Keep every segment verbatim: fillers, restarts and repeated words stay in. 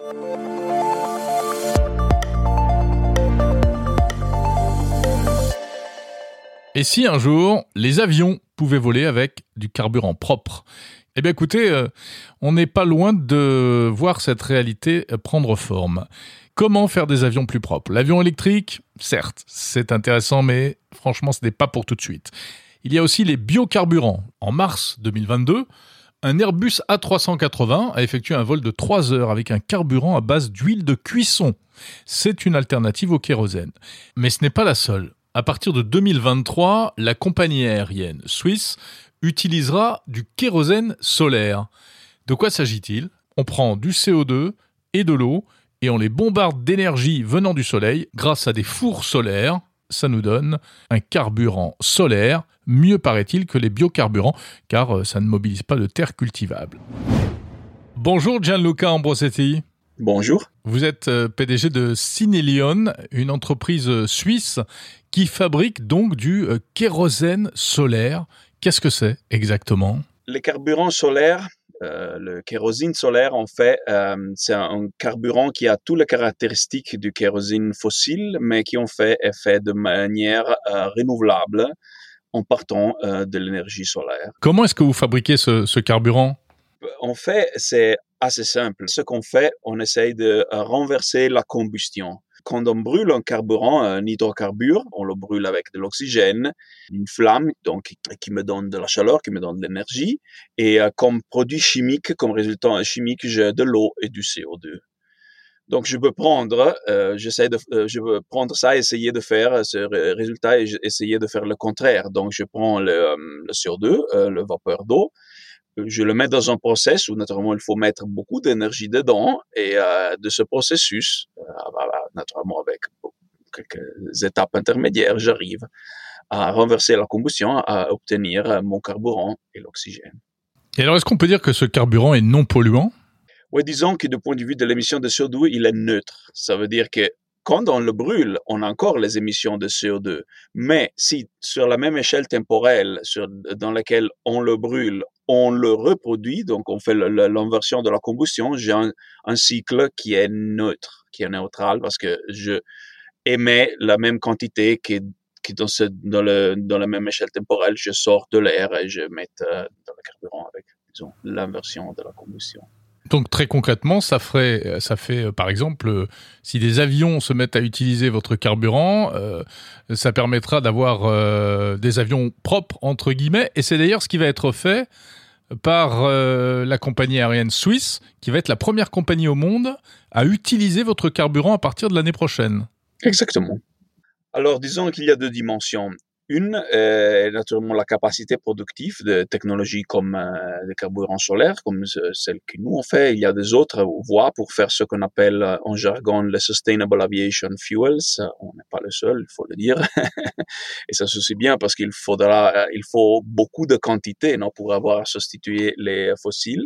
Et si un jour, les avions pouvaient voler avec du carburant propre ? Eh bien écoutez, euh, on n'est pas loin de voir cette réalité prendre forme. Comment faire des avions plus propres ? L'avion électrique, certes, c'est intéressant, mais franchement, ce n'est pas pour tout de suite. Il y a aussi les biocarburants. En mars deux mille vingt-deux, un Airbus A trois cent quatre-vingts a effectué un vol de trois heures avec un carburant à base d'huile de cuisson. C'est une alternative au kérosène. Mais ce n'est pas la seule. À partir de deux mille vingt-trois, la compagnie aérienne Swiss utilisera du kérosène solaire. De quoi s'agit-il ? On prend du C O deux et de l'eau et on les bombarde d'énergie venant du soleil grâce à des fours solaires. Ça nous donne un carburant solaire, mieux paraît-il que les biocarburants, car ça ne mobilise pas de terre cultivable. Bonjour Gianluca Ambrosetti. Bonjour. Vous êtes P D G de Synelion, une entreprise suisse qui fabrique donc du kérosène solaire. Qu'est-ce que c'est exactement ? Le carburant solaire, euh, le kérosène solaire, en fait, euh, c'est un carburant qui a toutes les caractéristiques du kérosène fossile, mais qui en fait est fait de manière euh, renouvelable en partant euh, de l'énergie solaire. Comment est-ce que vous fabriquez ce, ce carburant ? En fait, c'est assez simple. Ce qu'on fait, on essaye de renverser la combustion. Quand on brûle un carburant, un hydrocarbure, on le brûle avec de l'oxygène, une flamme donc qui me donne de la chaleur, qui me donne de l'énergie. Et euh, comme produit chimique, comme résultat chimique, j'ai de l'eau et du C O deux. Donc je peux prendre, euh, j'essaie de, euh, je peux prendre ça, et essayer de faire ce résultat et essayer de faire le contraire. Donc je prends le, euh, le C O deux, euh, le vapeur d'eau. Je le mets dans un process où naturellement il faut mettre beaucoup d'énergie dedans et euh, de ce processus, euh, naturellement avec quelques étapes intermédiaires, j'arrive à renverser la combustion, à obtenir mon carburant et l'oxygène. Et alors est-ce qu'on peut dire que ce carburant est non polluant ? Oui, disons que du point de vue de l'émission de C O deux, il est neutre. Ça veut dire que quand on le brûle, on a encore les émissions de C O deux. Mais si sur la même échelle temporelle sur, dans laquelle on le brûle, on le reproduit, donc on fait le, le, l'inversion de la combustion, j'ai un, un cycle qui est neutre, qui est neutral, parce que je émets la même quantité que, que dans, ce, dans, le, dans la même échelle temporelle, je sors de l'air et je mets euh, dans le carburant avec, disons, l'inversion de la combustion. Donc très concrètement, ça ferait, ça fait euh, par exemple, euh, si des avions se mettent à utiliser votre carburant, euh, ça permettra d'avoir euh, des avions propres entre guillemets. Et c'est d'ailleurs ce qui va être fait par euh, la compagnie aérienne Swiss, qui va être la première compagnie au monde à utiliser votre carburant à partir de l'année prochaine. Exactement. Alors disons qu'il y a deux dimensions. Une est naturellement la capacité productive de technologies comme euh, les carburants solaires, comme celle que nous on fait. Il y a des autres voies pour faire ce qu'on appelle en jargon les Sustainable Aviation Fuels. On n'est pas le seul, il faut le dire. Et ça se sait bien parce qu'il faudra, il faut beaucoup de quantité, non, pour avoir substitué les fossiles.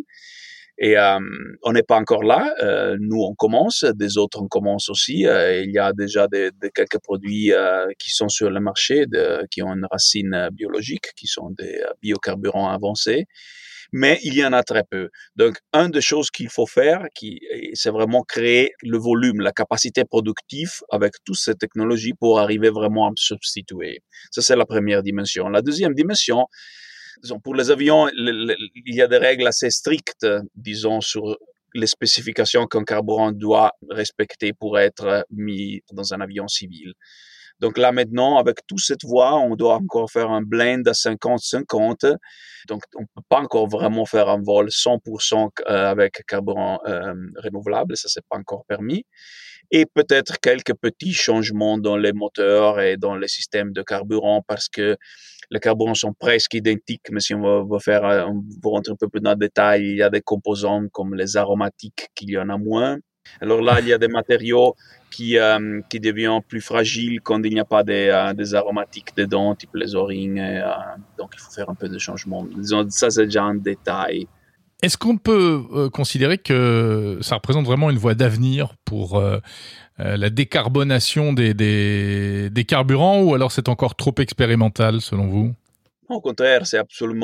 Et euh, on n'est pas encore là. Euh, nous, on commence. Des autres, on commence aussi. Euh, il y a déjà des, des quelques produits euh, qui sont sur le marché, de, qui ont une racine biologique, qui sont des biocarburants avancés. Mais il y en a très peu. Donc, une des choses qu'il faut faire, qui, c'est vraiment créer le volume, la capacité productive avec toutes ces technologies pour arriver vraiment à me substituer. Ça, c'est la première dimension. La deuxième dimension, disons, pour les avions, le, le, il y a des règles assez strictes, disons, sur les spécifications qu'un carburant doit respecter pour être mis dans un avion civil. Donc là, maintenant, avec toute cette voie, on doit encore faire un blend à cinquante cinquante. Donc, on ne peut pas encore vraiment faire un vol cent pour cent avec carburant euh, renouvelable. Ça, c'est pas encore permis. Et peut-être quelques petits changements dans les moteurs et dans les systèmes de carburant parce que les carburants sont presque identiques, mais si on va, va faire, on va rentrer un peu plus dans le détail, il y a des composants comme les aromatiques qu'il y en a moins. Alors là, il y a des matériaux qui, euh, qui deviennent plus fragiles quand il n'y a pas des, euh, des aromatiques dedans, type les O-rings. Euh, donc, il faut faire un peu de changement. Disons, ça, c'est déjà un détail. Est-ce qu'on peut euh, considérer que ça représente vraiment une voie d'avenir pour euh, euh, la décarbonation des, des, des carburants, ou alors c'est encore trop expérimental selon vous ? Au contraire, c'est absolument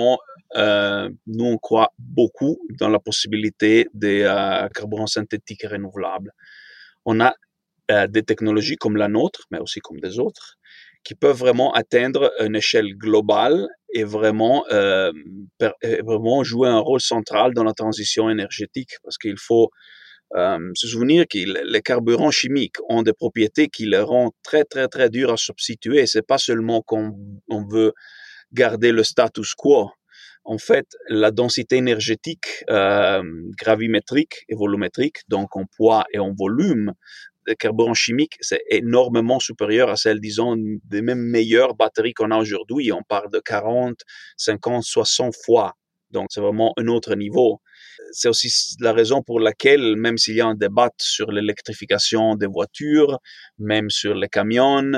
euh, nous, on croit beaucoup dans la possibilité des euh, carburants synthétiques renouvelables. On a euh, des technologies comme la nôtre, mais aussi comme des autres, qui peuvent vraiment atteindre une échelle globale et vraiment, euh, per, et vraiment jouer un rôle central dans la transition énergétique, parce qu'il faut euh, se souvenir que les carburants chimiques ont des propriétés qui les rendent très, très, très durs à substituer. C'est pas seulement qu'on on veut garder le status quo. En fait, la densité énergétique euh, gravimétrique et volumétrique, donc en poids et en volume, des carburants chimiques, c'est énormément supérieur à celle, disons, des mêmes meilleures batteries qu'on a aujourd'hui. On parle de quarante, cinquante, soixante fois. Donc, c'est vraiment un autre niveau. C'est aussi la raison pour laquelle, même s'il y a un débat sur l'électrification des voitures, même sur les camions,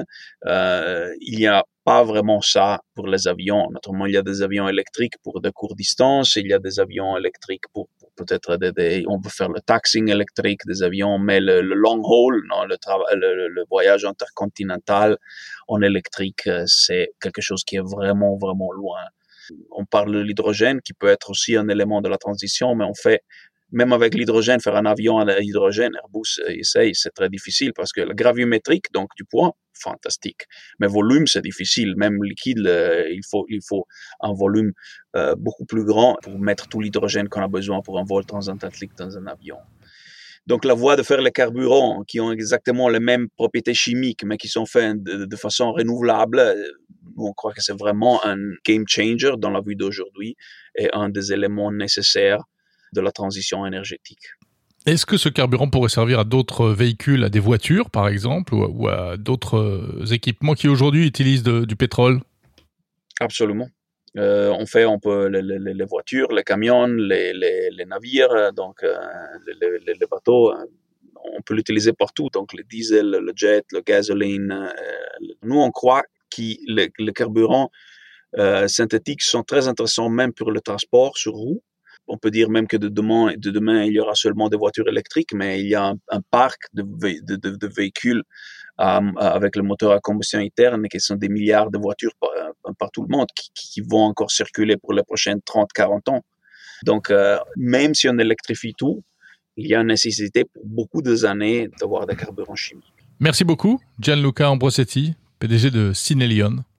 euh, il n'y a pas vraiment ça pour les avions. Naturellement, il y a des avions électriques pour de courtes distances, il y a des avions électriques pour, pour peut-être des, des, on peut faire le taxiing électrique des avions, mais le, le long haul, non, le, tra- le, le voyage intercontinental en électrique, c'est quelque chose qui est vraiment, vraiment loin. On parle de l'hydrogène qui peut être aussi un élément de la transition, mais on fait, même avec l'hydrogène, faire un avion à l'hydrogène, Airbus essaye, c'est très difficile parce que le gravimétrique, donc du poids, fantastique. Mais volume, c'est difficile. Même liquide, le, il faut, il faut un volume euh, beaucoup plus grand pour mettre tout l'hydrogène qu'on a besoin pour un vol transatlantique dans un avion. Donc, la voie de faire les carburants qui ont exactement les mêmes propriétés chimiques, mais qui sont faits de, de façon renouvelable, on croit que c'est vraiment un game changer dans la vie d'aujourd'hui et un des éléments nécessaires de la transition énergétique. Est-ce que ce carburant pourrait servir à d'autres véhicules, à des voitures par exemple, ou à d'autres équipements qui aujourd'hui utilisent de, du pétrole ? Absolument. Euh, on fait, on peut les, les, les voitures, les camions, les, les, les navires, donc euh, les, les, les bateaux, on peut l'utiliser partout. Donc le diesel, le jet, le gasoline. Euh, nous, on croit que les, les carburants euh, synthétiques sont très intéressants même pour le transport sur roue. On peut dire même que de demain, de demain il y aura seulement des voitures électriques, mais il y a un, un parc de, de, de, de véhicules euh, avec le moteur à combustion interne, qui sont des milliards de voitures par, par tout le monde, qui, qui vont encore circuler pour les prochaines trente à quarante ans. Donc, euh, même si on électrifie tout, il y a une nécessité pour beaucoup d'années d'avoir des carburants chimiques. Merci beaucoup, Gianluca Ambrosetti, P D G de Synelion.